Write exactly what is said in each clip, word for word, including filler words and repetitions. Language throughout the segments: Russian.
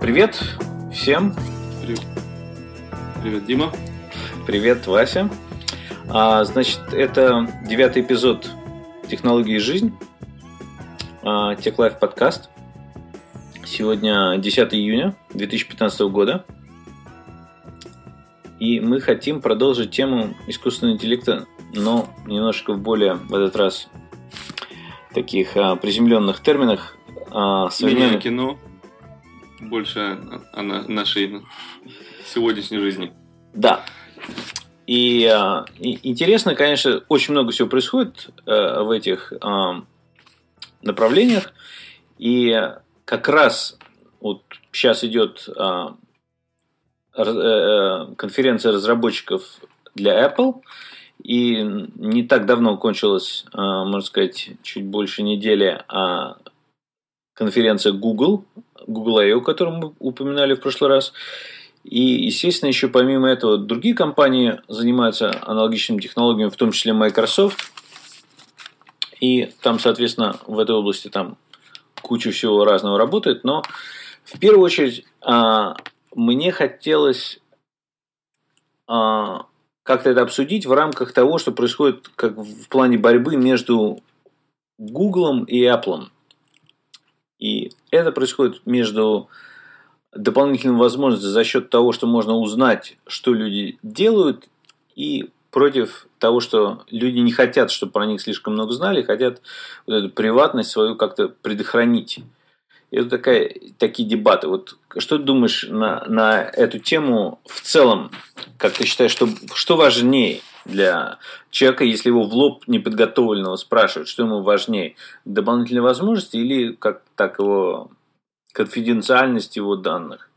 Привет всем. Привет, Привет Дима. Привет, Вася. А, значит, это девятый эпизод «Технологии и жизнь», а, Tech Life подкаст. Сегодня десятое июня две тысячи пятнадцатого года. И мы хотим продолжить тему искусственного интеллекта, но немножко в более, в этот раз, таких а, приземленных терминах. А, современных... Менее кино, больше о, о нашей сегодняшней жизни. Да. И, а, и интересно, конечно, очень много всего происходит а, в этих а, направлениях. И как раз вот сейчас идет а, конференция разработчиков для Apple, и не так давно кончилась, можно сказать, чуть больше недели, конференция Google, Google I O, которую мы упоминали в прошлый раз. И, естественно, еще помимо этого другие компании занимаются аналогичными технологиями, в том числе Microsoft. И там, соответственно, в этой области там куча всего разного работает. Но в первую очередь мне хотелось а, как-то это обсудить в рамках того, что происходит как в плане борьбы между Google и Apple. И это происходит между дополнительными возможностями за счет того, что можно узнать, что люди делают, и против того, что люди не хотят, чтобы про них слишком много знали, хотят вот эту приватность свою как-то предохранить. Это такая, такие дебаты. Вот что ты думаешь на, на эту тему в целом? Как ты считаешь, что, что важнее для человека, если его в лоб неподготовленного спрашивают, что ему важнее? Дополнительные возможности или как так его конфиденциальность его данных?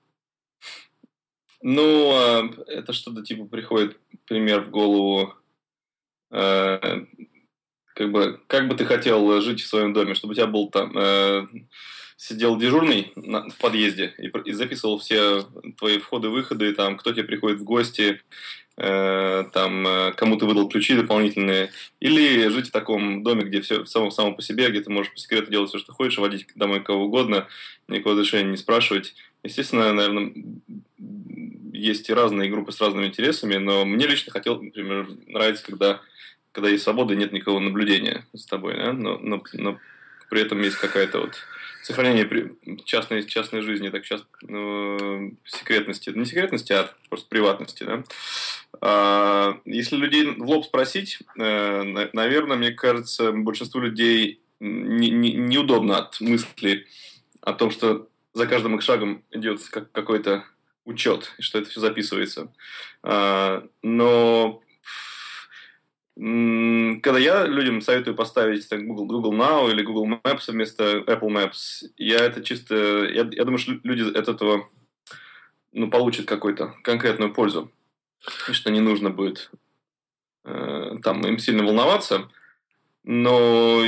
Ну, это что-то типа приходит пример в голову. Как бы, как бы ты хотел жить в своем доме, чтобы у тебя был там... Сидел дежурный в подъезде и записывал все твои входы-выходы, там, кто тебе приходит в гости, э, там, кому ты выдал ключи дополнительные. Или жить в таком доме, где все само, само по себе, где ты можешь по секрету делать все, что хочешь, водить домой кого угодно, никакого разрешения не спрашивать. Естественно, наверное, есть и разные группы с разными интересами, но мне лично хотел, например, нравится, когда, когда есть свобода и нет никакого наблюдения за тобой, да? но, но, но при этом есть какая-то вот... сохранение частной, частной жизни, так сейчас э, секретности. Не секретности, а просто приватности. Да? А, если людей в лоб спросить, э, наверное, мне кажется, большинству людей не, не, неудобно от мысли о том, что за каждым их шагом идет как, какой-то учет, и что это все записывается. А, но когда я людям советую поставить так, Google, Google Now или Google Maps вместо Apple Maps, я это чисто... Я, я думаю, что люди от этого ну, получат какую-то конкретную пользу. И что не нужно будет э, там, им сильно волноваться. Но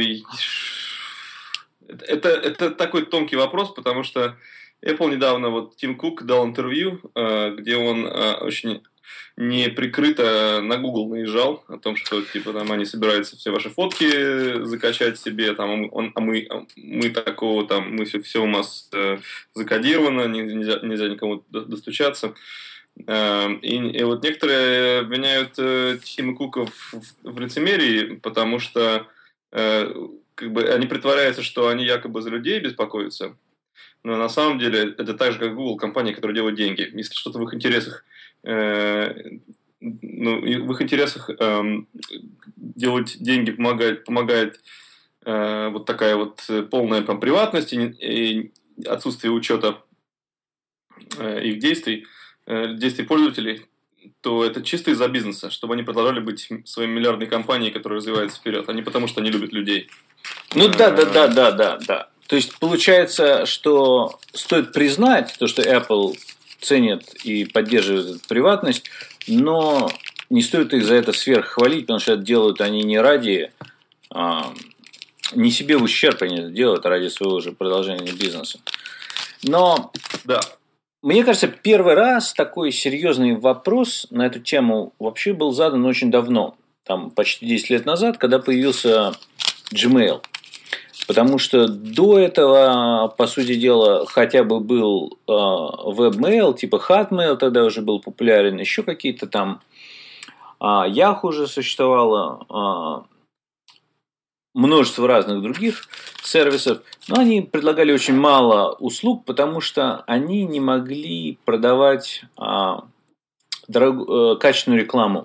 это, это такой тонкий вопрос, потому что Apple недавно, вот Тим Кук дал интервью, э, где он э, очень... не прикрыто на Google наезжал о том, что типа там они собираются все ваши фотки закачать себе, там, он, а мы, мы такого там, мы все, все у нас э, закодировано, нельзя, нельзя никому достучаться. Э, и, и вот некоторые обвиняют э, Тима Кука в, в лицемерии, потому что э, как бы они притворяются, что они якобы за людей беспокоятся. Но на самом деле это так же, как Google, компания, которая делает деньги. Если что-то в их интересах, э, ну, в их интересах э, делать деньги помогает, помогает э, вот такая вот полная там, приватность и, и отсутствие учета э, их действий, э, действий пользователей, то это чисто из-за бизнеса, чтобы они продолжали быть своей миллиардной компанией, которая развивается вперед, а не потому, что они любят людей. Ну да, да, да, да, да, да. То есть получается, что стоит признать то, что Apple ценит и поддерживает приватность, но не стоит их за это сверххвалить, потому что это делают они не ради, а, не себе в ущерб они это делают, а ради своего же продолжения бизнеса. Но да. Мне кажется, первый раз такой серьезный вопрос на эту тему вообще был задан очень давно, там почти десять лет назад, когда появился Gmail. Потому что до этого, по сути дела, хотя бы был э, веб-мейл, типа Hotmail тогда уже был популярен, еще какие-то там, э, Yahoo уже существовало, э, множество разных других сервисов, но они предлагали очень мало услуг, потому что они не могли продавать э, дорог... э, качественную рекламу.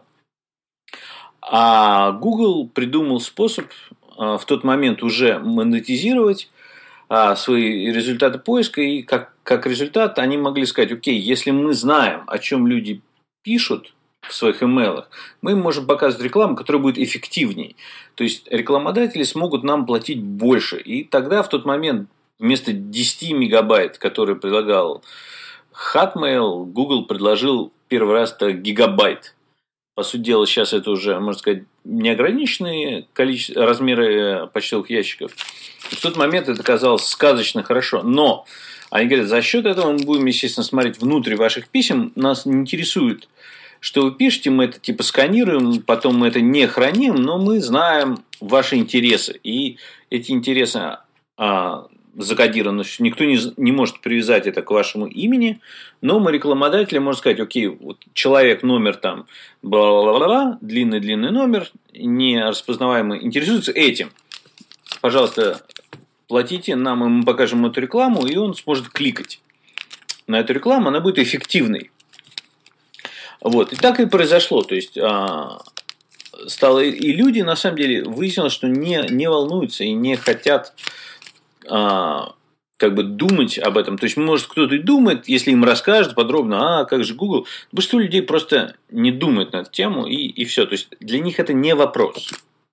А Google придумал способ в тот момент уже монетизировать свои результаты поиска, и как, как результат они могли сказать: окей, если мы знаем, о чем люди пишут в своих имейлах, мы им можем показывать рекламу, которая будет эффективней. То есть рекламодатели смогут нам платить больше. И тогда в тот момент вместо десяти мегабайт, которые предлагал Hotmail, Google предложил первый раз гигабайт. По сути дела, сейчас это уже, можно сказать, неограниченные количество, размеры почтовых ящиков. И в тот момент это казалось сказочно хорошо. Но они говорят, за счет этого мы будем, естественно, смотреть внутрь ваших писем. Нас не интересует, что вы пишете, мы это типа сканируем, потом мы это не храним, но мы знаем ваши интересы. И эти интересы а, закодированы. Никто не, не может привязать это к вашему имени, но мы рекламодатели можем сказать: окей, вот человек номер там бла-бла-бла, длинный-длинный номер, не распознаваемый, интересуется этим. Пожалуйста, платите нам, и мы покажем эту рекламу, и он сможет кликать на эту рекламу, она будет эффективной. Вот. И так и произошло. То есть, а, стало, и люди, на самом деле, выяснилось, что не, не волнуются и не хотят а, как бы думать об этом. То есть, может, кто-то и думает, если им расскажут подробно, а как же Google. Большинство людей просто не думает на эту тему, и, и все. То есть, для них это не вопрос.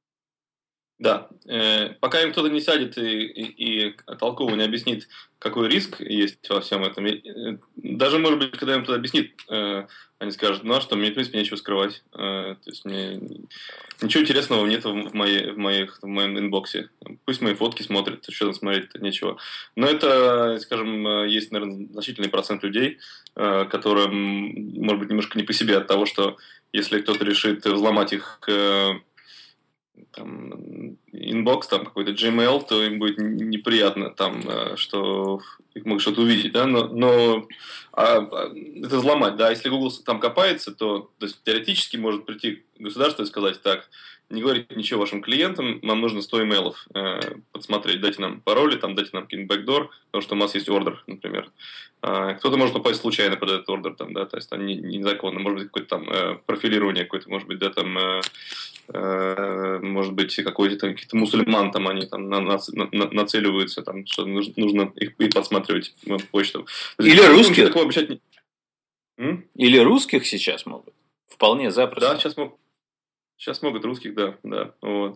Да. Э, пока им кто-то не сядет и, и, и толково не объяснит, какой риск есть во всем этом. И, даже, может быть, когда им кто-то объяснит, э, они скажут: ну а что, мне, в принципе, нечего скрывать. Э, то есть, мне ничего интересного нет в, моей, в, моих, в моем инбоксе. Пусть мои фотки смотрят, что там смотреть-то, нечего. Но это, скажем, есть, наверное, значительный процент людей, э, которым, может быть, немножко не по себе от того, что если кто-то решит взломать их э, там, инбокс, там какой-то Gmail, то им будет неприятно, там, что их могут что-то увидеть, да, но, но а, это взломать, да, если Google там копается, то, то есть, теоретически может прийти государство и сказать: так, не говорите ничего вашим клиентам, нам нужно сто имейлов э, подсмотреть, дайте нам пароли, там, дайте нам какой-нибудь бэкдор, потому что у нас есть ордер, например. А, кто-то может попасть случайно под этот ордер, там, да, то есть, там, не, незаконно, может быть, какое-то там э, профилирование какое-то, может быть, да, там, э, э, может быть, какой-то там, какие-то мусульман, там, они там на, на, на, нацеливаются, там, что нужно, нужно их и подсматривать в почту. Или русских. Такого обещать... Или русских сейчас могут. Вполне запросто. Да, сейчас могут. Сейчас могут русских, да, да, вот.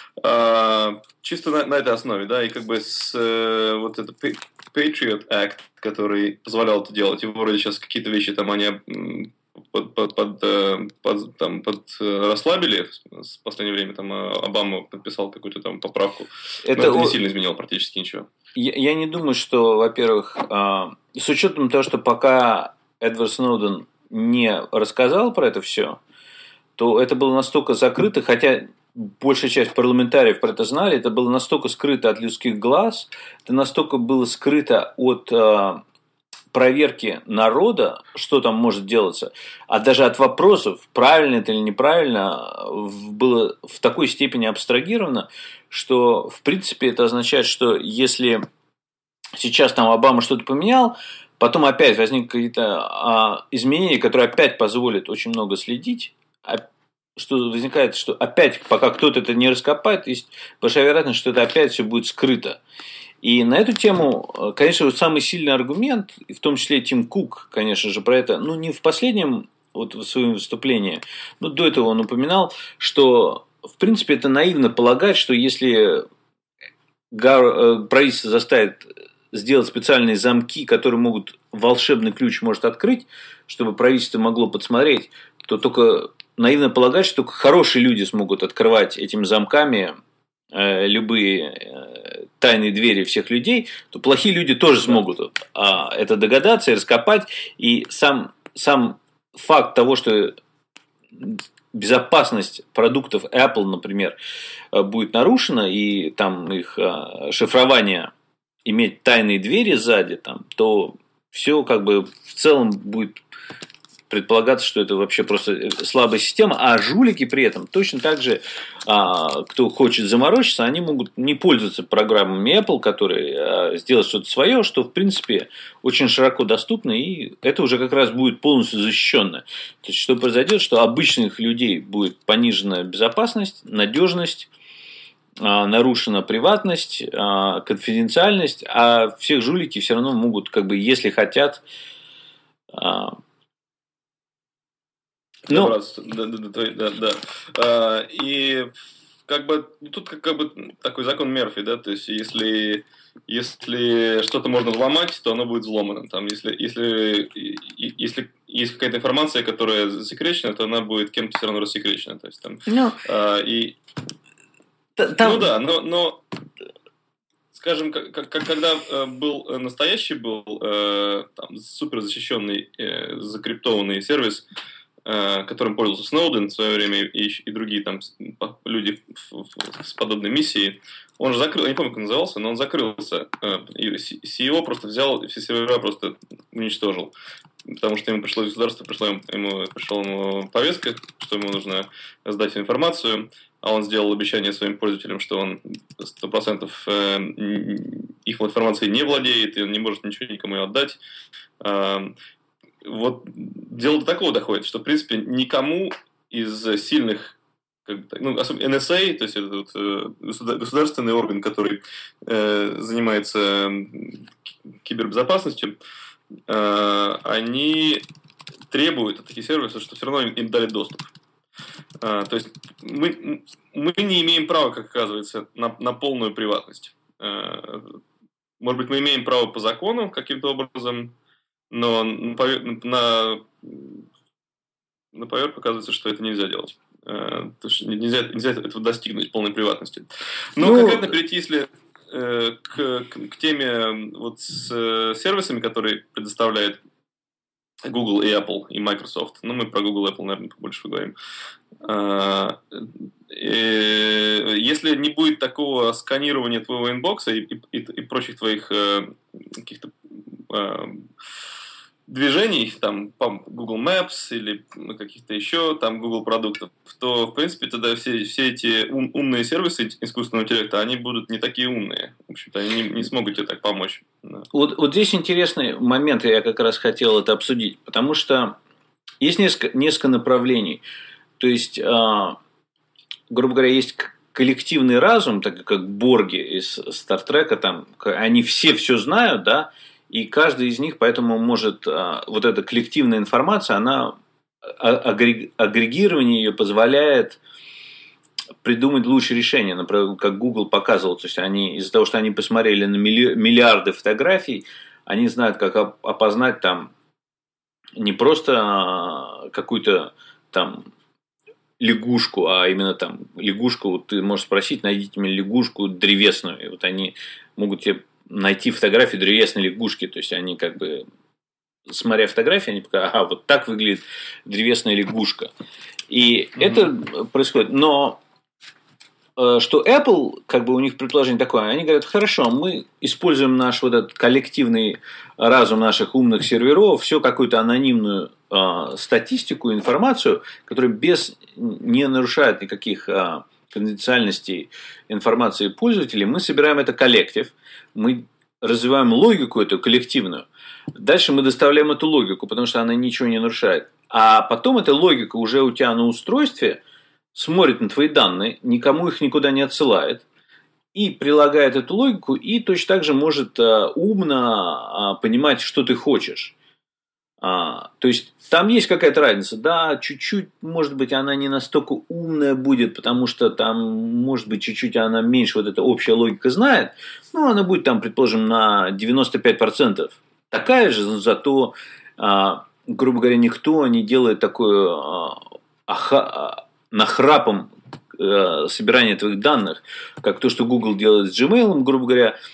А, чисто на, на этой основе, да, и как бы с э, вот этот Patriot Act, который позволял это делать, его вроде сейчас какие-то вещи там они под, под, под, под, там, под расслабили в последнее время, там Обама подписал какую-то там поправку, это, это не сильно изменило практически ничего. Я, я не думаю, что, во-первых, э, с учетом того, что пока Эдвард Сноуден не рассказал про это все, то это было настолько закрыто, хотя большая часть парламентариев про это знали, это было настолько скрыто от людских глаз, это настолько было скрыто от э, проверки народа, что там может делаться, а даже от вопросов, правильно это или неправильно, было в такой степени абстрагировано, что, в принципе, это означает, что если сейчас там Обама что-то поменял, потом опять возникнут какие-то а, изменения, которые опять позволят очень много следить, что возникает, что опять, пока кто-то это не раскопает, есть большая вероятность, что это опять все будет скрыто. И на эту тему, конечно, вот самый сильный аргумент, в том числе Тим Кук, конечно же, про это, ну, не в последнем вот в своем выступлении, но до этого он упоминал, что, в принципе, это наивно полагать, что если правительство заставит сделать специальные замки, которые могут, волшебный ключ может открыть, чтобы правительство могло подсмотреть, то только наивно полагать, что только хорошие люди смогут открывать этими замками э, любые э, тайные двери всех людей, то плохие люди тоже смогут э, это догадаться и раскопать. И сам, сам факт того, что безопасность продуктов Apple, например, будет нарушена, и там их шифрование иметь тайные двери сзади, там, то все как бы в целом будет предполагаться, что это вообще просто слабая система, а жулики при этом точно так же, а, кто хочет заморочиться, они могут не пользоваться программами Apple, которые а, сделают что-то свое, что в принципе очень широко доступно, и это уже как раз будет полностью защищенно. То есть, что произойдет, что обычных людей будет понижена безопасность, надежность, а, нарушена приватность, а, конфиденциальность, а всех жулики все равно могут, как бы, если хотят, а, Ну, да, да, да, да, да. А, и как бы тут как, как бы такой закон Мерфи, да, то есть если если что-то можно взломать, то оно будет взломано. Там, если если если есть какая-то информация, которая засекречена, то она будет кем-то все равно рассекречена. То есть там ну, а, и там... ну да, но но скажем, как, как, когда э, был настоящий был э, там, супер защищенный э, закриптованный сервис, которым пользовался Сноуден в свое время и, и другие там люди с подобной миссией, он же закрыл, я не помню, как он назывался, но он закрылся. И си и о просто взял и все сервера просто уничтожил. Потому что ему пришло государство, пришло ему, ему, пришла ему повестка, что ему нужно сдать информацию, а он сделал обещание своим пользователям, что он сто процентов их информацией не владеет, и он не может ничего никому отдать. Вот дело до такого доходит, что, в принципе, никому из сильных, как бы, ну, особенно эн эс эй, то есть это вот, э, государственный орган, который э, занимается кибербезопасностью, э, они требуют от таких сервисов, что все равно им, им дали доступ. Э, то есть мы, мы не имеем права, как оказывается, на, на полную приватность. Э, может быть, мы имеем право по закону каким-то образом, но на, на, на поверку оказывается, что это нельзя делать. Потому что нельзя, нельзя этого достигнуть полной приватности. Но ну, конкретно перейти, если э, к, к, к теме вот с сервисами, которые предоставляет Google и Apple и Microsoft. Ну, мы про Google и Apple, наверное, побольше поговорим. Э, э, если не будет такого сканирования твоего инбокса и, и, и прочих твоих э, каких-то э, движений, там, Google Maps или каких-то еще там Google продуктов, то, в принципе, тогда все, все эти ум, умные сервисы искусственного интеллекта, они будут не такие умные. В общем-то, они не, не смогут тебе так помочь. Да. Вот, вот здесь интересный момент, я как раз хотел это обсудить, потому что есть несколько, несколько направлений. То есть, э, грубо говоря, есть коллективный разум, так как Борги из Стартрека, там, они все все знают, да, и каждый из них поэтому может, вот эта коллективная информация, она, агрегирование ее позволяет придумать лучшее решение. Например, как Google показывал, то есть они, из-за того, что они посмотрели на миллиарды фотографий, они знают, как опознать там не просто какую-то там лягушку, а именно там лягушку, вот ты можешь спросить, найдите мне лягушку древесную, и вот они могут тебе найти фотографию древесной лягушки, то есть они как бы, смотря фотографии, они показывают, ага, вот так выглядит древесная лягушка. И mm-hmm. это происходит. Но что Apple, как бы у них предположение такое, они говорят, хорошо, мы используем наш вот этот коллективный разум наших умных серверов, все какую-то анонимную э, статистику, информацию, которая без, не нарушает никаких э, конфиденциальностей информации пользователей, мы собираем это коллектив, мы развиваем логику эту коллективную, дальше мы доставляем эту логику, потому что она ничего не нарушает, а потом эта логика уже у тебя на устройстве смотрит на твои данные, никому их никуда не отсылает, и прилагает эту логику, и точно так же может а, умно а, понимать, что ты хочешь. А, то есть, там есть какая-то разница. Да, чуть-чуть, может быть, она не настолько умная будет, потому что там, может быть, чуть-чуть она меньше вот эта общая логика знает, но она будет там, предположим, на девяносто пять процентов такая же, зато, а, грубо говоря, никто не делает такое а, аха, нахрапом э, собирание твоих данных, как то, что Google делает с Gmail, грубо говоря,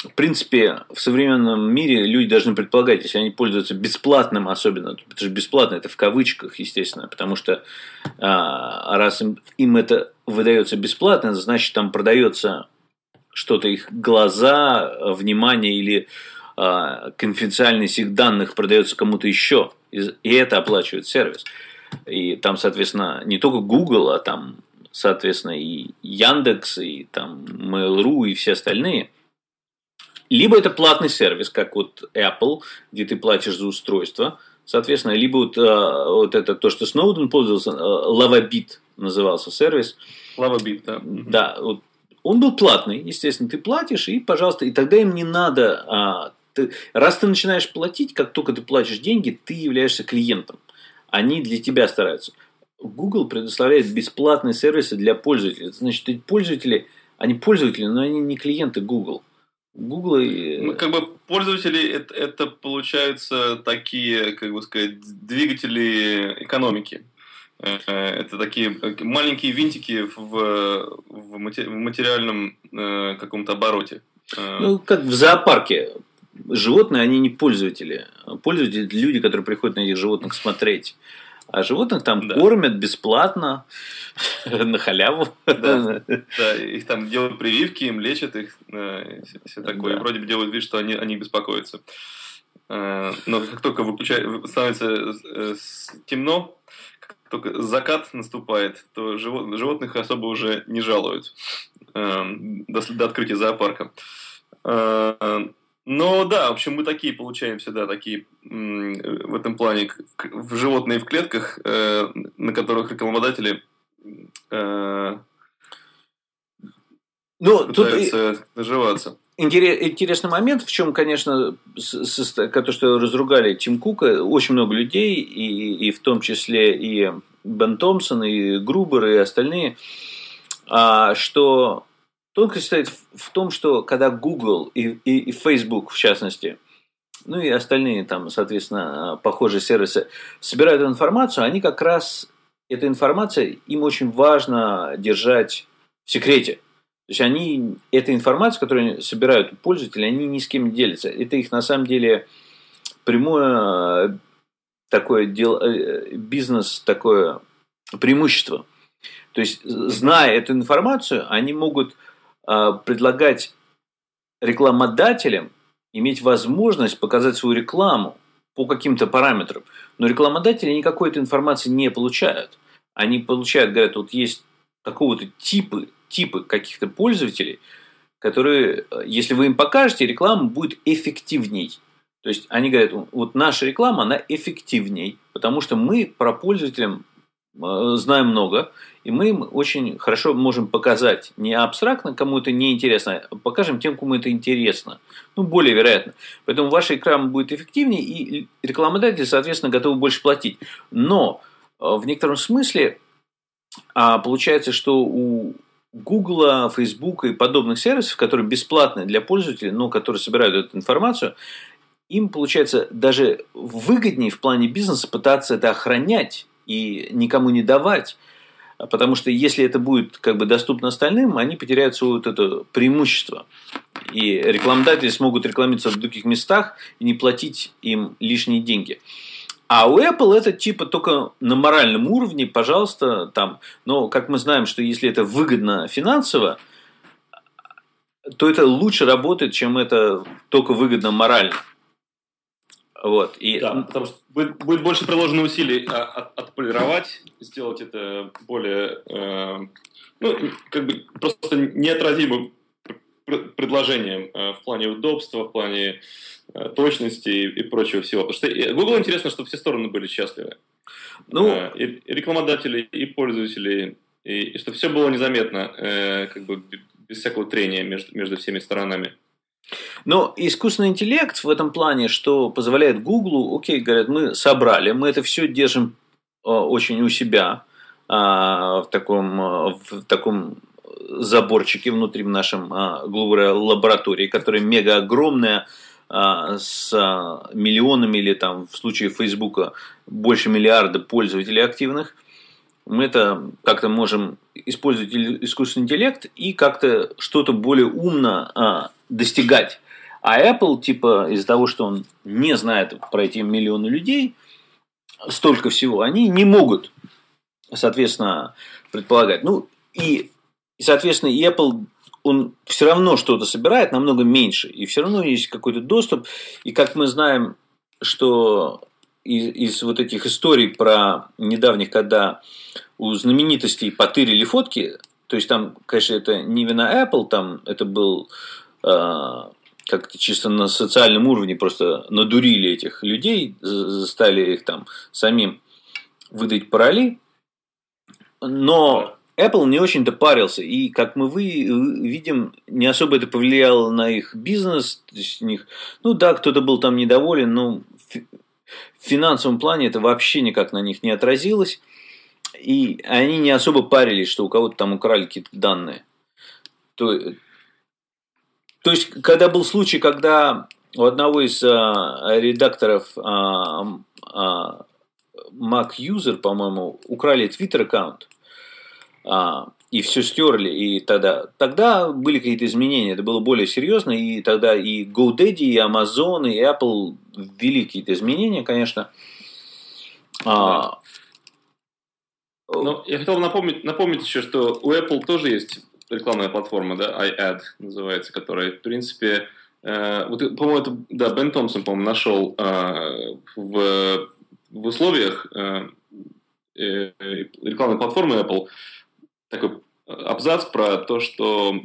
в принципе, в современном мире люди должны предполагать, если они пользуются бесплатным особенно, это же бесплатно, это в кавычках, естественно, потому что а, раз им, им это выдается бесплатно, значит, там продается что-то, их глаза, внимание или а, конфиденциальность их данных продается кому-то еще, и, и это оплачивает сервис. И там, соответственно, не только Google, а там, соответственно, и Яндекс, и там Mail.ru, и все остальные. Либо это платный сервис, как вот Apple, где ты платишь за устройство, соответственно, либо вот, а, вот это то, что Сноуден пользовался, LavaBit назывался сервис. LavaBit, да. Да, вот, он был платный, естественно, ты платишь, и, пожалуйста, и тогда им не надо, а, ты, раз ты начинаешь платить, как только ты платишь деньги, ты являешься клиентом, они для тебя стараются. Google предоставляет бесплатные сервисы для пользователей, значит, эти пользователи, они пользователи, но они не клиенты Google. Google и... Ну, как бы пользователи это, это получаются такие, как бы сказать, двигатели экономики. Это такие маленькие винтики в, в материальном э, каком-то обороте. Ну, как в зоопарке. Животные, они не пользователи. Пользователи – это люди, которые приходят на этих животных смотреть. А животных там да. кормят бесплатно, на халяву. Да, да, их там делают прививки, им лечат их, все такое. Да. И вроде бы делают вид, что они, они беспокоятся. Но как только выключает, становится темно, как только закат наступает, то животных особо уже не жалуют до, до открытия зоопарка. Но да, в общем, мы такие получаемся, да, такие в этом плане в животные в клетках, э, на которых рекламодатели э, ну, пытаются тут наживаться. Интересный момент, в чем, конечно, то, что разругали Тим Кука, очень много людей, и, и в том числе и Бен Томпсон, и Грубер, и остальные, что... Тонкость состоит в том, что когда Google и, и, и Facebook, в частности, ну и остальные там, соответственно, похожие сервисы собирают эту информацию, они как раз, эта информация, им очень важно держать в секрете. То есть они, эта информация, которую они собирают у пользователей, они ни с кем не делятся. Это их на самом деле прямое такое дело, бизнес, такое преимущество. То есть, зная эту информацию, они могут предлагать рекламодателям иметь возможность показать свою рекламу по каким-то параметрам. Но рекламодатели никакой этой информации не получают. Они получают, говорят, вот есть такого-то типа, типы каких-то пользователей, которые, если вы им покажете, реклама будет эффективней. То есть, они говорят, вот наша реклама, она эффективней, потому что мы про пользователей знаем много, и мы им очень хорошо можем показать не абстрактно, кому это не интересно, а покажем тем, кому это интересно. Ну, более вероятно. Поэтому ваша реклама будет эффективнее, и рекламодатели, соответственно, готовы больше платить. Но в некотором смысле получается, что у Google, Facebook и подобных сервисов, которые бесплатные для пользователей, но которые собирают эту информацию, им, получается, даже выгоднее в плане бизнеса пытаться это охранять и никому не давать, потому что если это будет как бы доступно остальным, они потеряют свое вот это преимущество. И рекламодатели смогут рекламироваться в других местах и не платить им лишние деньги. А у Apple это типа только на моральном уровне, пожалуйста, там. Но как мы знаем, что если это выгодно финансово, то это лучше работает, чем это только выгодно морально. Вот. И... Да, потому что будет, будет больше приложено усилий от, отполировать, сделать это более, э, ну, как бы просто неотразимым предложением э, в плане удобства, в плане э, точности и, и прочего всего. Потому что Google интересно, чтобы все стороны были счастливы. Ну, э, и, и рекламодатели, и пользователи, и, и чтобы все было незаметно, э, как бы без всякого трения между, между всеми сторонами. Но искусственный интеллект в этом плане, что позволяет Google, окей, говорят, мы собрали, мы это все держим очень у себя в таком, в таком заборчике внутри в нашем, грубо говоря, лаборатории, которая мега огромная, с миллионами или там в случае Фейсбука больше миллиарда пользователей активных. Мы это как-то можем использовать искусственный интеллект и как-то что-то более умно а, достигать. А Apple, типа, из-за того, что он не знает про эти миллионы людей, столько всего, они не могут, соответственно, предполагать. Ну, и, и соответственно, и Apple, он все равно что-то собирает намного меньше. И все равно есть какой-то доступ. И как мы знаем, что из, из вот этих историй про недавних, когда у знаменитостей потырили фотки, то есть там, конечно, это не вина Apple, там это был э, как-то чисто на социальном уровне просто надурили этих людей, заставили их там самим выдать пароли, но Apple не очень-то парился, и, как мы вы, видим, не особо это повлияло на их бизнес. То есть у них, ну да, кто-то был там недоволен, но в финансовом плане это вообще никак на них не отразилось. И они не особо парились, что у кого-то там украли какие-то данные. То, то есть, когда был случай, когда у одного из а, редакторов а, а, Mac User, по-моему, украли Twitter аккаунт, а, и все стерли, и тогда, тогда были какие-то изменения, это было более серьезно, и тогда и GoDaddy, и Amazon, и Apple ввели какие-то изменения, конечно. А, Но я хотел напомнить, напомнить еще, что у Apple тоже есть рекламная платформа, да, iAd называется, которая, в принципе, э, вот, по-моему, это, да, Бен Томпсон, по-моему, нашел э, в, в условиях э, э, рекламной платформы Apple такой абзац про то, что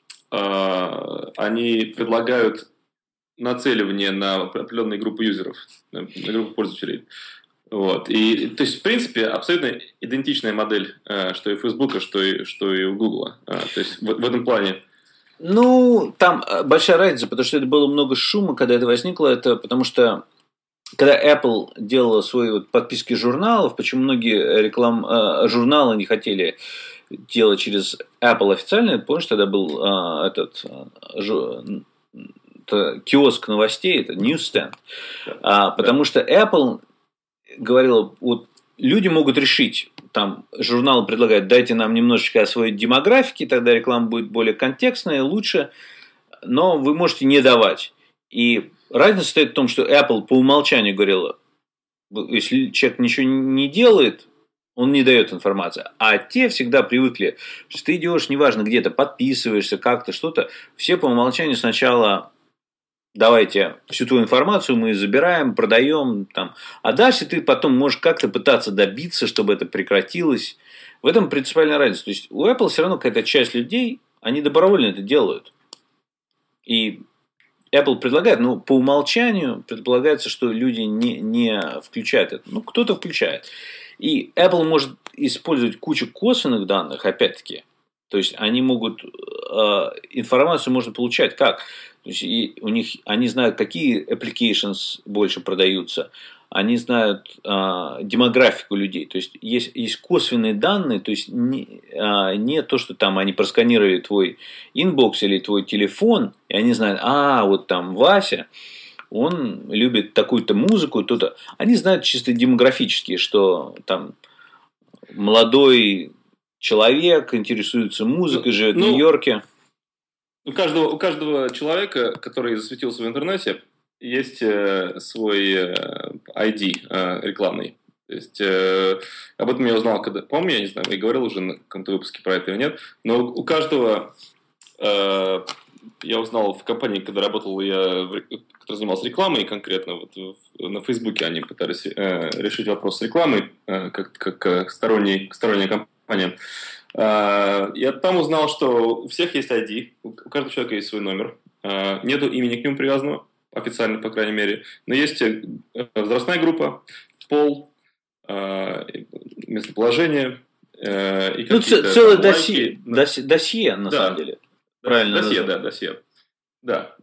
э, они предлагают нацеливание на определенные группы юзеров, на, на группу пользователей. Вот. И, то есть, в принципе, абсолютно идентичная модель, что и у Facebook, что и, что и у Google. То есть, в, в этом плане. Ну, там большая разница, потому что это было много шума, когда это возникло. Это потому что, когда Apple делала свои вот подписки журналов, почему многие реклам, э, журналы не хотели делать через Apple официально, помнишь, тогда был э, этот э, жу, это киоск новостей, это Newsstand. Да, а, потому да. что Apple говорила, вот люди могут решить, там журнал предлагает, дайте нам немножечко освоить демографики, тогда реклама будет более контекстная, лучше, но вы можете не давать. И разница состоит в том, что Apple по умолчанию говорила, если человек ничего не делает, он не дает информацию. А те всегда привыкли, что ты идешь, неважно, где-то подписываешься, как-то что-то, все по умолчанию сначала... Давайте всю твою информацию мы забираем, продаем, там. А дальше ты потом можешь как-то пытаться добиться, чтобы это прекратилось. В этом принципиальная разница. То есть у Apple все равно какая-то часть людей, они добровольно это делают. И Apple предлагает, но по умолчанию предполагается, что люди не, не включают это. Ну, кто-то включает. И Apple может использовать кучу косвенных данных, опять-таки. То есть они могут, э, информацию можно получать как? То есть и у них, они знают, какие applications больше продаются, они знают э, демографику людей, то есть есть, есть косвенные данные, то есть не, э, не то, что там они просканировали твой инбокс или твой телефон, и они знают, а вот там Вася, он любит такую-то музыку, то-то. Они знают чисто демографически, что там молодой человек интересуется музыкой, ну, живет ну... в Нью-Йорке. У каждого, у каждого человека, который засветился в интернете, есть э, свой э, ай ди э, рекламный. То есть, э, об этом я узнал, когда, помню, я не знаю, я говорил уже на каком-то выпуске про это или нет, но у каждого, э, я узнал в компании, когда работал я, который занимался рекламой конкретно, вот на Фейсбуке они пытались э, решить вопрос с рекламой, э, как, как сторонний, сторонняя компания. Я там узнал, что у всех есть ай ди, у каждого человека есть свой номер. Нету имени к нему привязанного, официально, по крайней мере. Но есть возрастная группа, пол, местоположение и ну, целое досье, досье, досье, на да, самом деле. Правильно досье, да, досье. Да.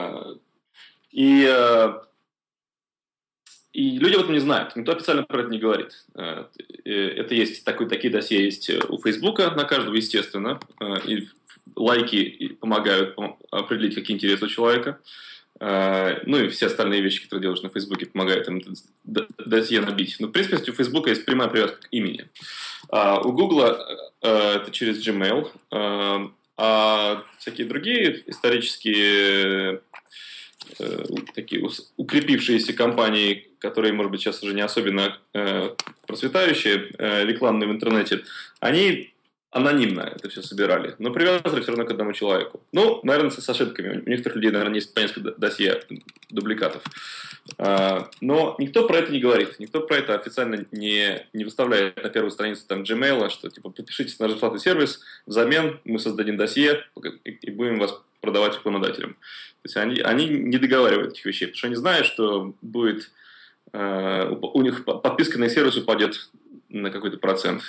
И... И люди об этом не знают, никто официально про это не говорит. Это есть, такой, такие досье есть у Фейсбука, на каждого, естественно. И лайки помогают определить, какие интересы у человека. Ну и все остальные вещи, которые делаешь на Фейсбуке, помогают им досье набить. Но, в принципе, у Фейсбука есть прямая привязка к имени. У Гугла это через Gmail. А всякие другие исторические э, такие укрепившиеся компании, которые, может быть, сейчас уже не особенно э, процветающие, э, рекламные в интернете, они анонимно это все собирали, но привязывали все равно к одному человеку. Ну, наверное, с ошибками. У некоторых людей, наверное, есть по несколько досье дубликатов. Но никто про это не говорит. Никто про это официально не, не выставляет на первую страницу там, Gmail, что типа подпишитесь на наш бесплатный сервис, взамен мы создадим досье и будем вас продавать рекламодателям. То есть они, они не договаривают этих вещей, потому что они знают, что будет у них подписка на сервис упадет на какой-то процент.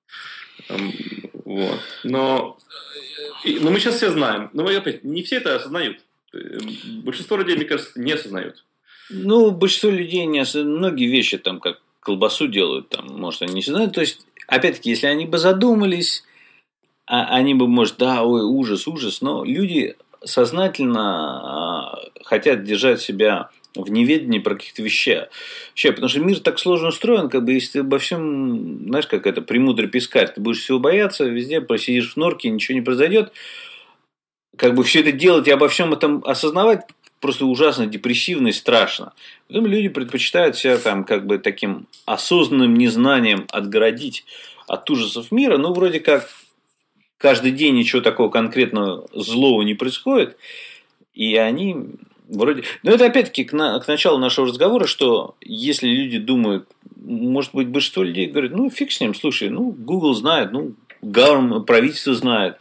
Вот. Но, но мы сейчас все знаем. Но опять, не все это осознают. Большинство людей, мне кажется, не осознают. Ну, большинство людей не осознают. Многие вещи, там, как колбасу делают, там, может, они не осознают. То есть, опять-таки, если они бы задумались, они бы, может, да, ой, ужас, ужас. Но люди сознательно хотят держать себя в неведении про каких-то вещей. Потому что мир так сложно устроен, как бы, если ты обо всем, знаешь, как это, премудрый пескарь, ты будешь всего бояться, везде просидишь в норке, ничего не произойдет. Как бы все это делать и обо всем этом осознавать просто ужасно депрессивно и страшно. Потом люди предпочитают себя там как бы таким осознанным незнанием отгородить от ужасов мира. Ну, вроде как каждый день ничего такого конкретного злого не происходит, и они... Вроде... Но это опять-таки к, на... к началу нашего разговора, что если люди думают, может быть, большинство людей говорят, ну фиг с ним, слушай, ну Google знает, ну government, правительство знает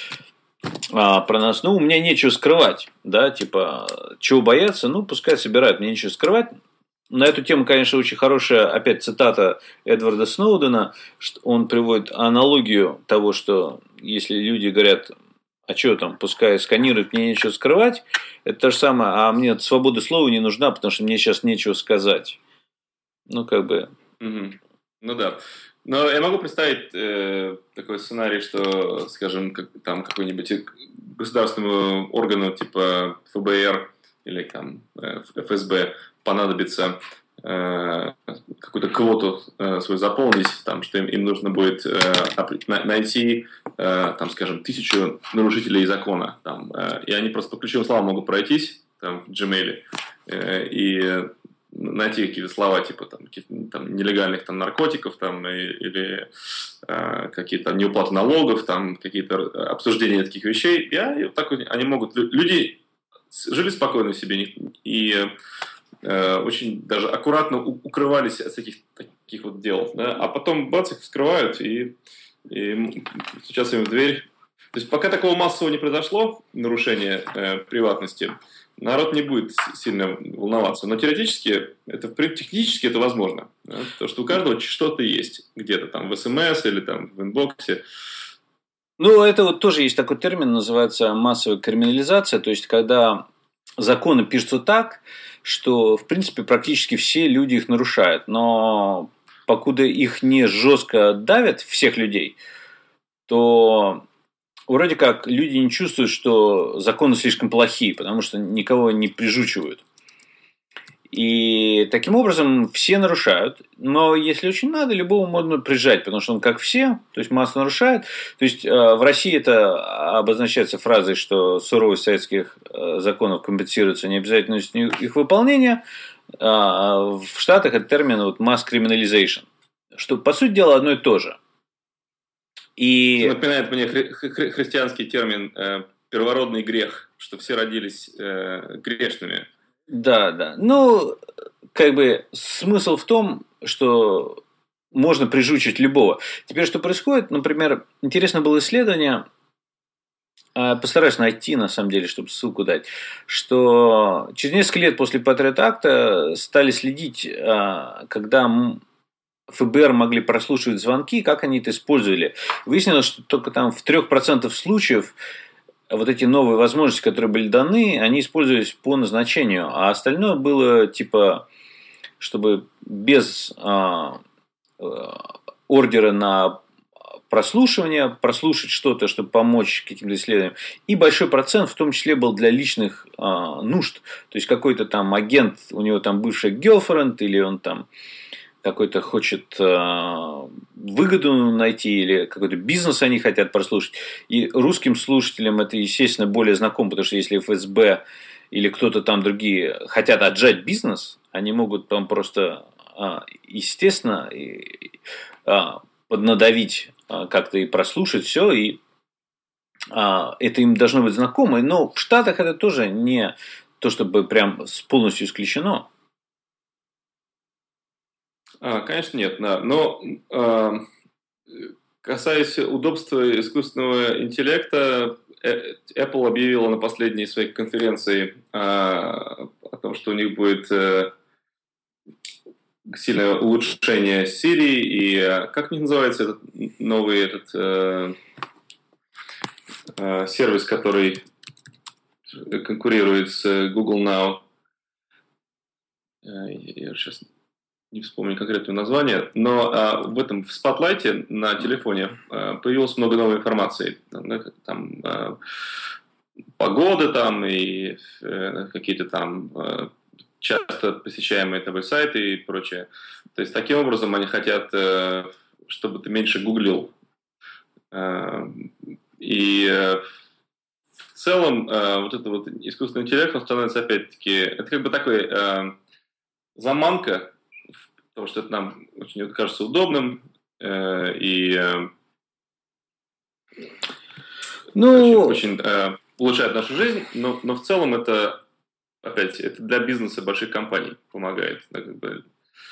а, про нас, ну у меня нечего скрывать, да, типа, чего бояться, ну пускай собирают, мне нечего скрывать. На эту тему, конечно, очень хорошая, опять цитата Эдварда Сноудена, что он приводит аналогию того, что если люди говорят... А что там, пускай сканируют, мне нечего скрывать. Это то же самое, а мне свобода слова не нужна, потому что мне сейчас нечего сказать. Ну, как бы... Угу. Ну, да. Но я могу представить э, такой сценарий, что, скажем, как, там какой-нибудь государственному органу типа эф бэ эр или там эф эс бэ понадобится э, какую-то квоту э, свою заполнить, там, что им, им нужно будет э, найти, э, там, скажем, тысячу нарушителей закона, там, э, и они просто по ключевым словам могут пройтись там, в Gmail э, и найти какие-то слова типа там, там, нелегальных там, наркотиков там, и, или э, какие-то неуплаты налогов, там, какие-то обсуждения таких вещей. И, и вот так вот они могут... Люди жили спокойно себе и э, очень даже аккуратно укрывались от таких, таких вот дел. Да? А потом бац, их вскрывают и, и сейчас им в дверь. То есть пока такого массового не произошло, нарушения э, приватности, народ не будет сильно волноваться. Но теоретически, это, технически это возможно. Да? Потому что у каждого что-то есть. Где-то там в эс эм эс или там в инбоксе. Ну, это вот тоже есть такой термин, называется массовая криминализация. То есть, когда законы пишутся так, что, в принципе, практически все люди их нарушают. Но покуда их не жестко давят, всех людей, то... Вроде как люди не чувствуют, что законы слишком плохие, потому что никого не прижучивают. И таким образом все нарушают. Но если очень надо, любого можно прижать, потому что он как все, то есть масса нарушает. То есть в России это обозначается фразой, что суровость советских законов компенсируется необязательностью их выполнения. В Штатах это термин вот, mass criminalization. Что, по сути дела, одно и то же. И... Напоминает мне хри- хри- христианский термин э, первородный грех, что все родились э, грешными. Да, да. Ну, как бы смысл в том, что можно прижучить любого. Теперь что происходит? Например, интересно было исследование, постараюсь найти, на самом деле, чтобы ссылку дать, что через несколько лет после Патриот Акта стали следить, когда... эф бэ эр могли прослушивать звонки, как они это использовали. Выяснилось, что только там в трех процентах случаев вот эти новые возможности, которые были даны, они использовались по назначению, а остальное было типа, чтобы без а, ордера на прослушивание, прослушать что-то, чтобы помочь каким-то исследованиям. И большой процент в том числе был для личных а, нужд. То есть какой-то там агент, у него там бывший girlfriend, или он там какой-то хочет э, выгоду найти, или какой-то бизнес они хотят прослушать. И русским слушателям это, естественно, более знакомо, потому что если эф эс бэ или кто-то там другие хотят отжать бизнес, они могут там просто, естественно, поднадавить как-то и прослушать все, и это им должно быть знакомо. Но в Штатах это тоже не то, чтобы прям полностью исключено. А, конечно, нет. Да. Но э, касаясь удобства искусственного интеллекта, Apple объявила на последней своей конференции э, о том, что у них будет э, сильное улучшение Siri. И э, как у них называется этот новый этот, э, э, сервис, который конкурирует с Google Now? Я сейчас не вспомню конкретное название, но а, в этом в Spotlight на телефоне а, появилось много новой информации. Там а, погода там и а, какие-то там а, часто посещаемые ТВ сайты и прочее. То есть таким образом они хотят, а, чтобы ты меньше гуглил. А, и а, в целом а, вот это вот искусственный интеллект, он становится опять-таки, это как бы такой а, заманка, потому что это нам очень кажется удобным э, и э, ну, очень, очень э, улучшает нашу жизнь, но, но в целом это, опять, это для бизнеса больших компаний помогает. Да, как бы.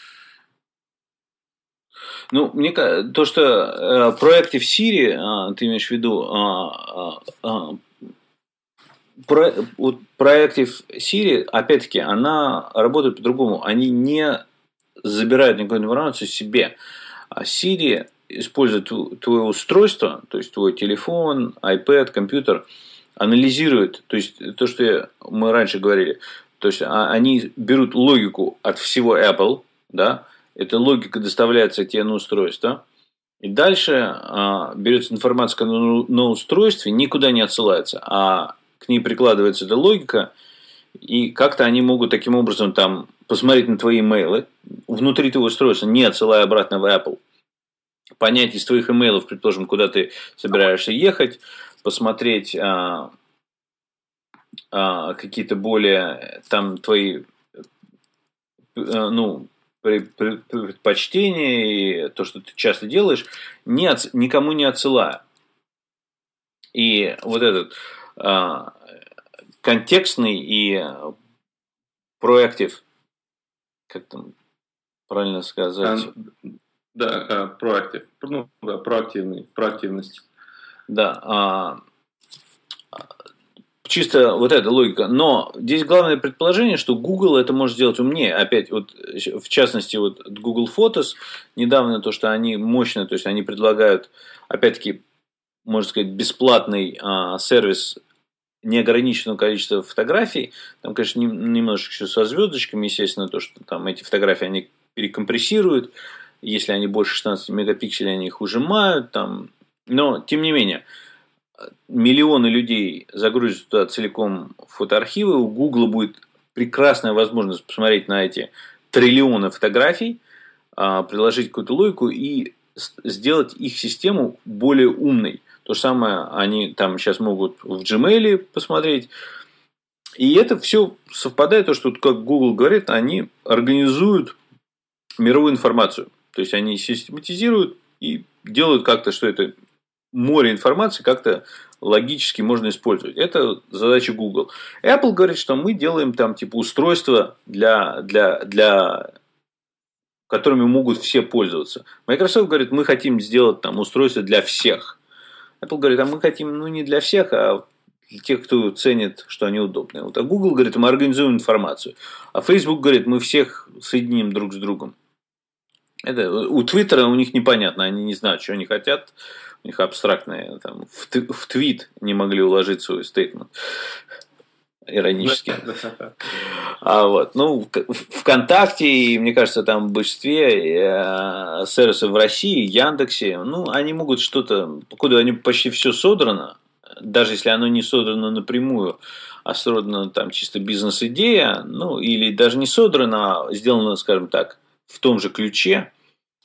Ну, мне кажется, то, что э, проекты в Siri, э, ты имеешь в виду, э, э, про, вот проекты в Siri, опять-таки, она работает по-другому. Они не забирают никакую информацию себе. А Siri использует твое устройство, то есть твой телефон, iPad, компьютер, анализирует, то есть то, что мы раньше говорили, то есть они берут логику от всего Apple, да, эта логика доставляется тебе на устройство, и дальше а, берется информация на, на устройстве, никуда не отсылается, а к ней прикладывается эта логика, и как-то они могут таким образом там посмотреть на твои имейлы внутри твоего устройства, не отсылая обратно в Apple. Понять из твоих имейлов, предположим, куда ты собираешься ехать, посмотреть а, а, какие-то более там твои а, ну, предпочтения и то, что ты часто делаешь, не от, никому не отсылая. И вот этот а, контекстный и проактив, как там правильно сказать? А, да, проактив, ну, да, проактивный, проактивность. Да, а, чисто вот эта логика. Но здесь главное предположение, что Google это может сделать умнее. Опять, вот, в частности, вот Google Photos, недавно то, что они мощно, то есть они предлагают, опять-таки, можно сказать, бесплатный а, сервис неограниченного количества фотографий. Там, конечно, немножечко еще со звездочками, естественно, то, что там эти фотографии они перекомпрессируют. Если они больше шестнадцати мегапикселей, они их ужимают. Там. Но, тем не менее, миллионы людей загрузят туда целиком фотоархивы. У Гугла будет прекрасная возможность посмотреть на эти триллионы фотографий, приложить какую-то логику и сделать их систему более умной. То же самое они там сейчас могут в Gmail посмотреть. И это все совпадает, то, что, как Google говорит, они организуют мировую информацию. То есть они систематизируют и делают как-то, что это море информации как-то логически можно использовать. Это задача Google. Apple говорит, что мы делаем там типа устройства, для, для, для, которыми могут все пользоваться. Microsoft говорит, мы хотим сделать там устройство для всех. Apple говорит, а мы хотим, ну, не для всех, а для тех, кто ценит, что они удобные. Вот, а Google говорит, мы организуем информацию. А Facebook говорит, мы всех соединим друг с другом. Это, у Твиттера у них непонятно, они не знают, что они хотят. У них абстрактные, там, в, в твит не могли уложить свой стейтмент. Иронически. А вот, ну, ВКонтакте, и, мне кажется, там в большинстве э, сервисов в России, Яндексе, ну, они могут что-то, покуда они почти все содрано, даже если оно не содрано напрямую, а содрано там чисто бизнес-идея, ну, или даже не содрано, а сделано, скажем так, в том же ключе,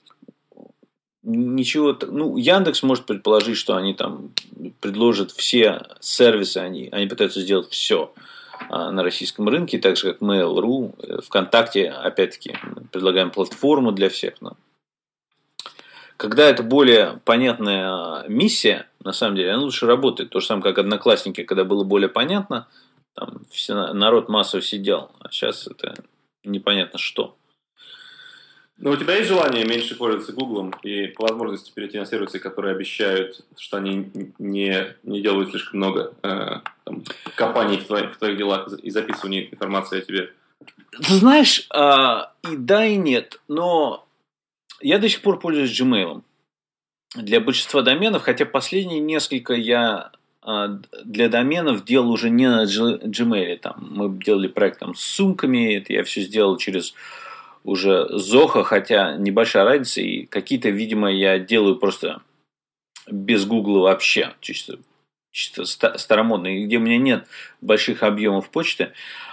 ничего, ну, Яндекс может предположить, что они там предложат все сервисы, они, они пытаются сделать все. на российском рынке, так же как Mail.ru, ВКонтакте, опять-таки, мы предлагаем платформу для всех. Но когда это более понятная миссия, на самом деле, она лучше работает. То же самое, как Одноклассники, когда было более понятно, там все, народ массово сидел, а сейчас это непонятно что. Но у тебя есть желание меньше пользоваться Гуглом и по возможности перейти на сервисы, которые обещают, что они не, не делают слишком много э, там, копаний в твоих, в твоих делах и записывания информации о тебе? Ты знаешь, а, и да, и нет. Но я до сих пор пользуюсь Gmail для большинства доменов, хотя последние несколько я а, для доменов делал уже не на Gmail. Там, мы делали проект там, с сумками, это я все сделал через уже Zoho, хотя небольшая разница, и какие-то, видимо, я делаю просто без Гугла вообще, чисто, чисто старомодные, где у меня нет больших объемов почты.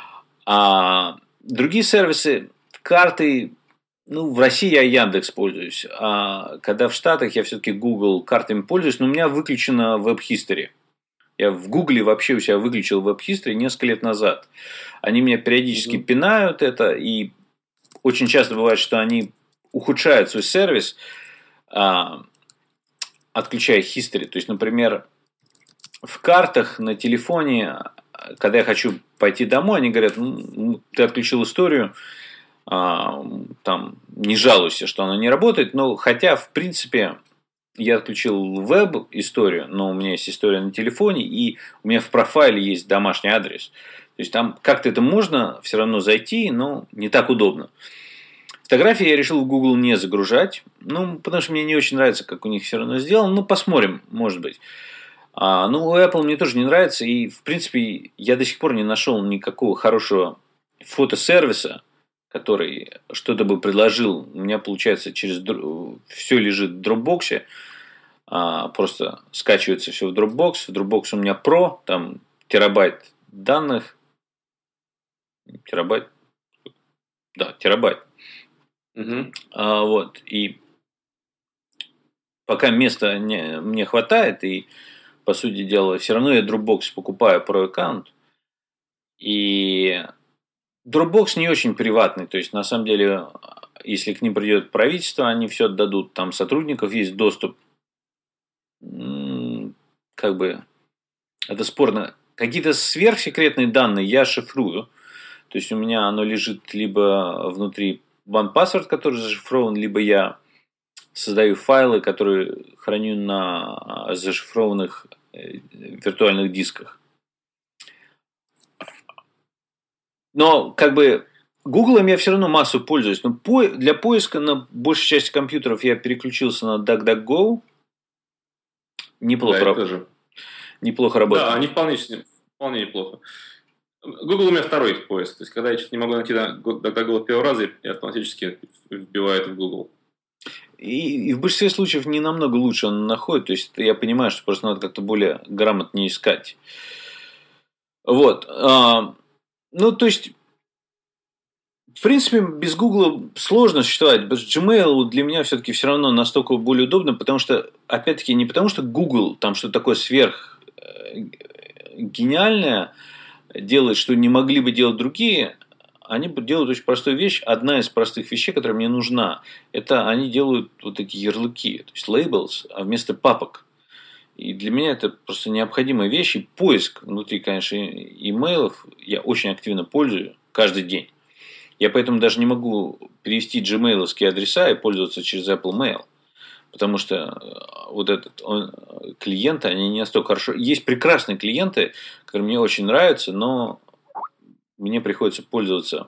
А другие сервисы, карты, ну, в России я Яндекс пользуюсь, а когда в Штатах я все-таки Google картами пользуюсь, но у меня выключено Web History. Я в Гугле вообще у себя выключил Web History несколько лет назад. Они меня периодически mm-hmm. пинают это, и очень часто бывает, что они ухудшают свой сервис, а, отключая history. То есть, например, в картах на телефоне, когда я хочу пойти домой, они говорят, ну, ты отключил историю, а, там, не жалуйся, что она не работает. Но хотя, в принципе, я отключил веб-историю, но у меня есть история на телефоне, и у меня в профайле есть домашний адрес. То есть, там как-то это можно все равно зайти, но не так удобно. Фотографии я решил в Google не загружать. Ну, потому что мне не очень нравится, как у них все равно сделано. Ну, посмотрим, может быть. А, ну, у Apple мне тоже не нравится. И, в принципе, я до сих пор не нашел никакого хорошего фотосервиса, который что-то бы предложил. У меня, получается, через все лежит в Dropbox. А, просто скачивается все в Dropbox. В Dropbox у меня Pro, там терабайт данных. Терабайт? Да, терабайт. Угу. А, вот. И пока места не, мне хватает, и, по сути дела, все равно я Dropbox покупаю Pro аккаунт. И Dropbox не очень приватный. То есть, на самом деле, если к ним придет правительство, они все отдадут. Там сотрудников есть доступ. Как бы это спорно. Какие-то сверхсекретные данные я шифрую. То есть, у меня оно лежит либо внутри OnePassword, который зашифрован, либо я создаю файлы, которые храню на зашифрованных виртуальных дисках. Но, как бы, Гуглом я все равно массу пользуюсь. Но по, для поиска на большей части компьютеров я переключился на DuckDuckGo. Неплохо, да, раб... тоже. Неплохо работает. Да, они вполне, вполне неплохо. Google у меня второй поиск. То есть, когда я что-то не могу найти на DuckDuckGo первого раза, я автоматически вбиваю это в Google. И, и в большинстве случаев не намного лучше он находит. То есть, я понимаю, что просто надо как-то более грамотнее искать. Вот. А, ну, то есть, в принципе, без Google сложно существовать. Без Gmail для меня все-таки все равно настолько более удобно, потому что, опять-таки, не потому что Google там что-то такое сверх гениальное делает, что не могли бы делать другие, они делают очень простую вещь. Одна из простых вещей, которая мне нужна, это они делают вот эти ярлыки, то есть labels, а вместо папок. И для меня это просто необходимая вещь. И поиск внутри, конечно, имейлов я очень активно пользую каждый день. Я поэтому даже не могу перевести gmail-овские адреса и пользоваться через Apple Mail. Потому что вот этот он, клиенты, они не настолько хорошо... Есть прекрасные клиенты, которые мне очень нравятся, но мне приходится пользоваться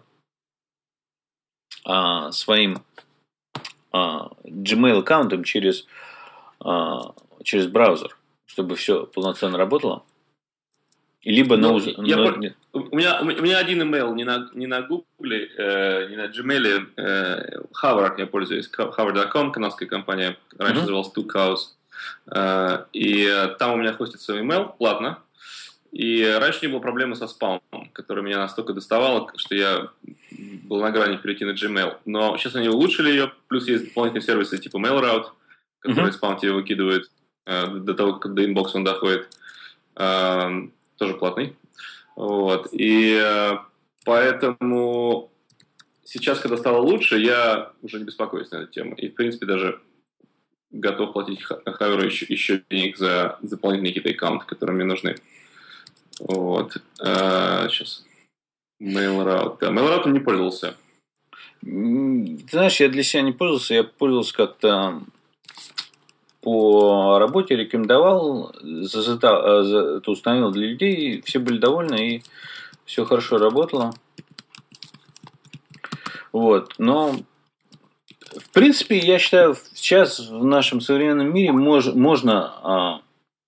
а, своим а, Gmail-аккаунтом через, а, через браузер, чтобы все полноценно работало. Либо ну, на... Я на... пор... у, меня, у меня один email не на, не на Google, э, не на Gmail, э, Hover я пользуюсь, hover точка com, канадская компания, раньше mm-hmm. называлась Two Cows. Э, и там у меня хостится email платно. И раньше не было проблемы со спамом, которая меня настолько доставала, что я был на грани перейти на Gmail. Но сейчас они улучшили ее, плюс есть дополнительные сервисы типа MailRoute, которые mm-hmm. спам тебе выкидывают э, до того, как до инбокса он доходит. Э, тоже платный. Вот. И э, поэтому сейчас, когда стало лучше, я уже не беспокоюсь на эту тему. И, в принципе, даже готов платить Хаверу еще, еще денег за дополнительные какие-то аккаунты, которые мне нужны. Вот. А, сейчас. Mail.ru. Да, Mail.ru не пользовался. Ты знаешь, я для себя не пользовался. Я пользовался как-то по работе, рекомендовал, это установил для людей, все были довольны, и все хорошо работало. Вот. Но, в принципе, я считаю, сейчас в нашем современном мире мож, можно а,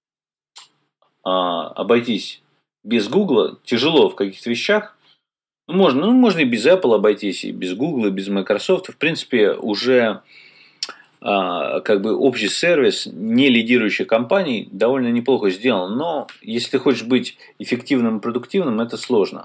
а, обойтись без Гугла. Тяжело в каких-то вещах. Можно, ну, можно и без Apple обойтись, и без Google, и без Microsoft. В принципе, уже а, как бы общий сервис не лидирующей компании довольно неплохо сделан. Но если ты хочешь быть эффективным и продуктивным, это сложно.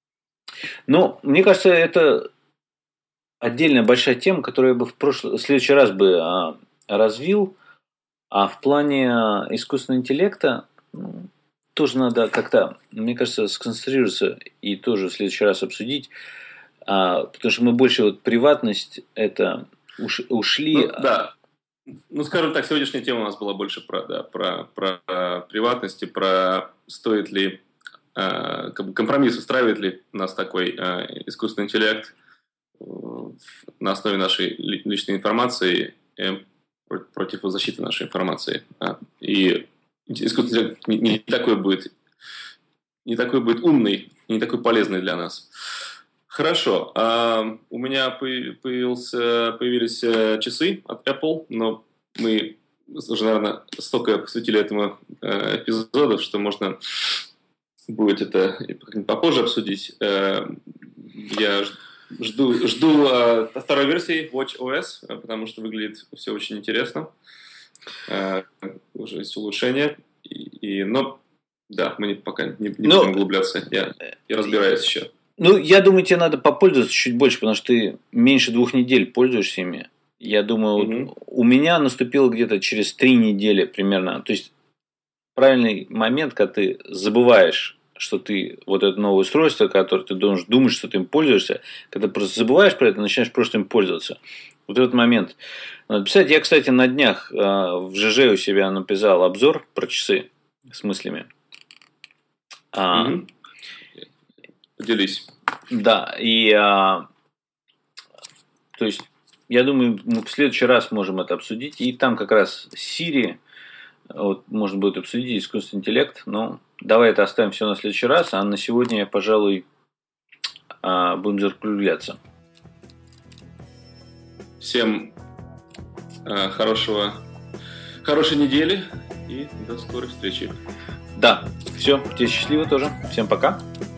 Но мне кажется, это отдельная большая тема, которую я бы в, прошлый, в следующий раз бы а, развил. А в плане искусственного интеллекта ну, тоже надо как-то, мне кажется, сконцентрироваться и тоже в следующий раз обсудить. А, потому что мы больше вот приватность это уш, ушли. Ну, да. Ну, скажем так, сегодняшняя тема у нас была больше про, да, про, про, про приватность и про стоит ли э, компромисс, устраивает ли нас такой э, искусственный интеллект на основе нашей личной информации против защиты нашей информации. И искусственный интеллект не, не такой будет, не такой будет умный, не такой полезный для нас. Хорошо. А, у меня появился, появились часы от Apple, но мы уже, наверное, столько посвятили этому эпизоду, что можно будет это попозже обсудить. Я Жду, жду э, второй версии WatchOS, потому что выглядит все очень интересно. Э, уже есть улучшения. И, и, но, да, мы не, пока не, не но, будем углубляться. Я, я разбираюсь еще. Ну, я думаю, тебе надо попользоваться чуть больше, потому что ты меньше двух недель пользуешься ими. Я думаю, mm-hmm. вот у меня наступило где-то через три недели примерно. То есть, правильный момент, когда ты забываешь, что ты вот это новое устройство, которое ты должен думать, что ты им пользуешься, когда ты просто забываешь про это, начинаешь просто им пользоваться. Вот этот момент надо писать. Я, кстати, на днях э, в ЖЖ у себя написал обзор про часы с мыслями. А, mm-hmm. Поделись. Да, и а, то есть, я думаю, мы в следующий раз можем это обсудить. И там как раз Siri, вот, можно будет обсудить искусственный интеллект, но давай это оставим все на следующий раз, а на сегодня, пожалуй, будем закругляться. Всем э, хорошего, хорошей недели и до скорой встречи. Да, все, тебе счастливо тоже. Всем пока.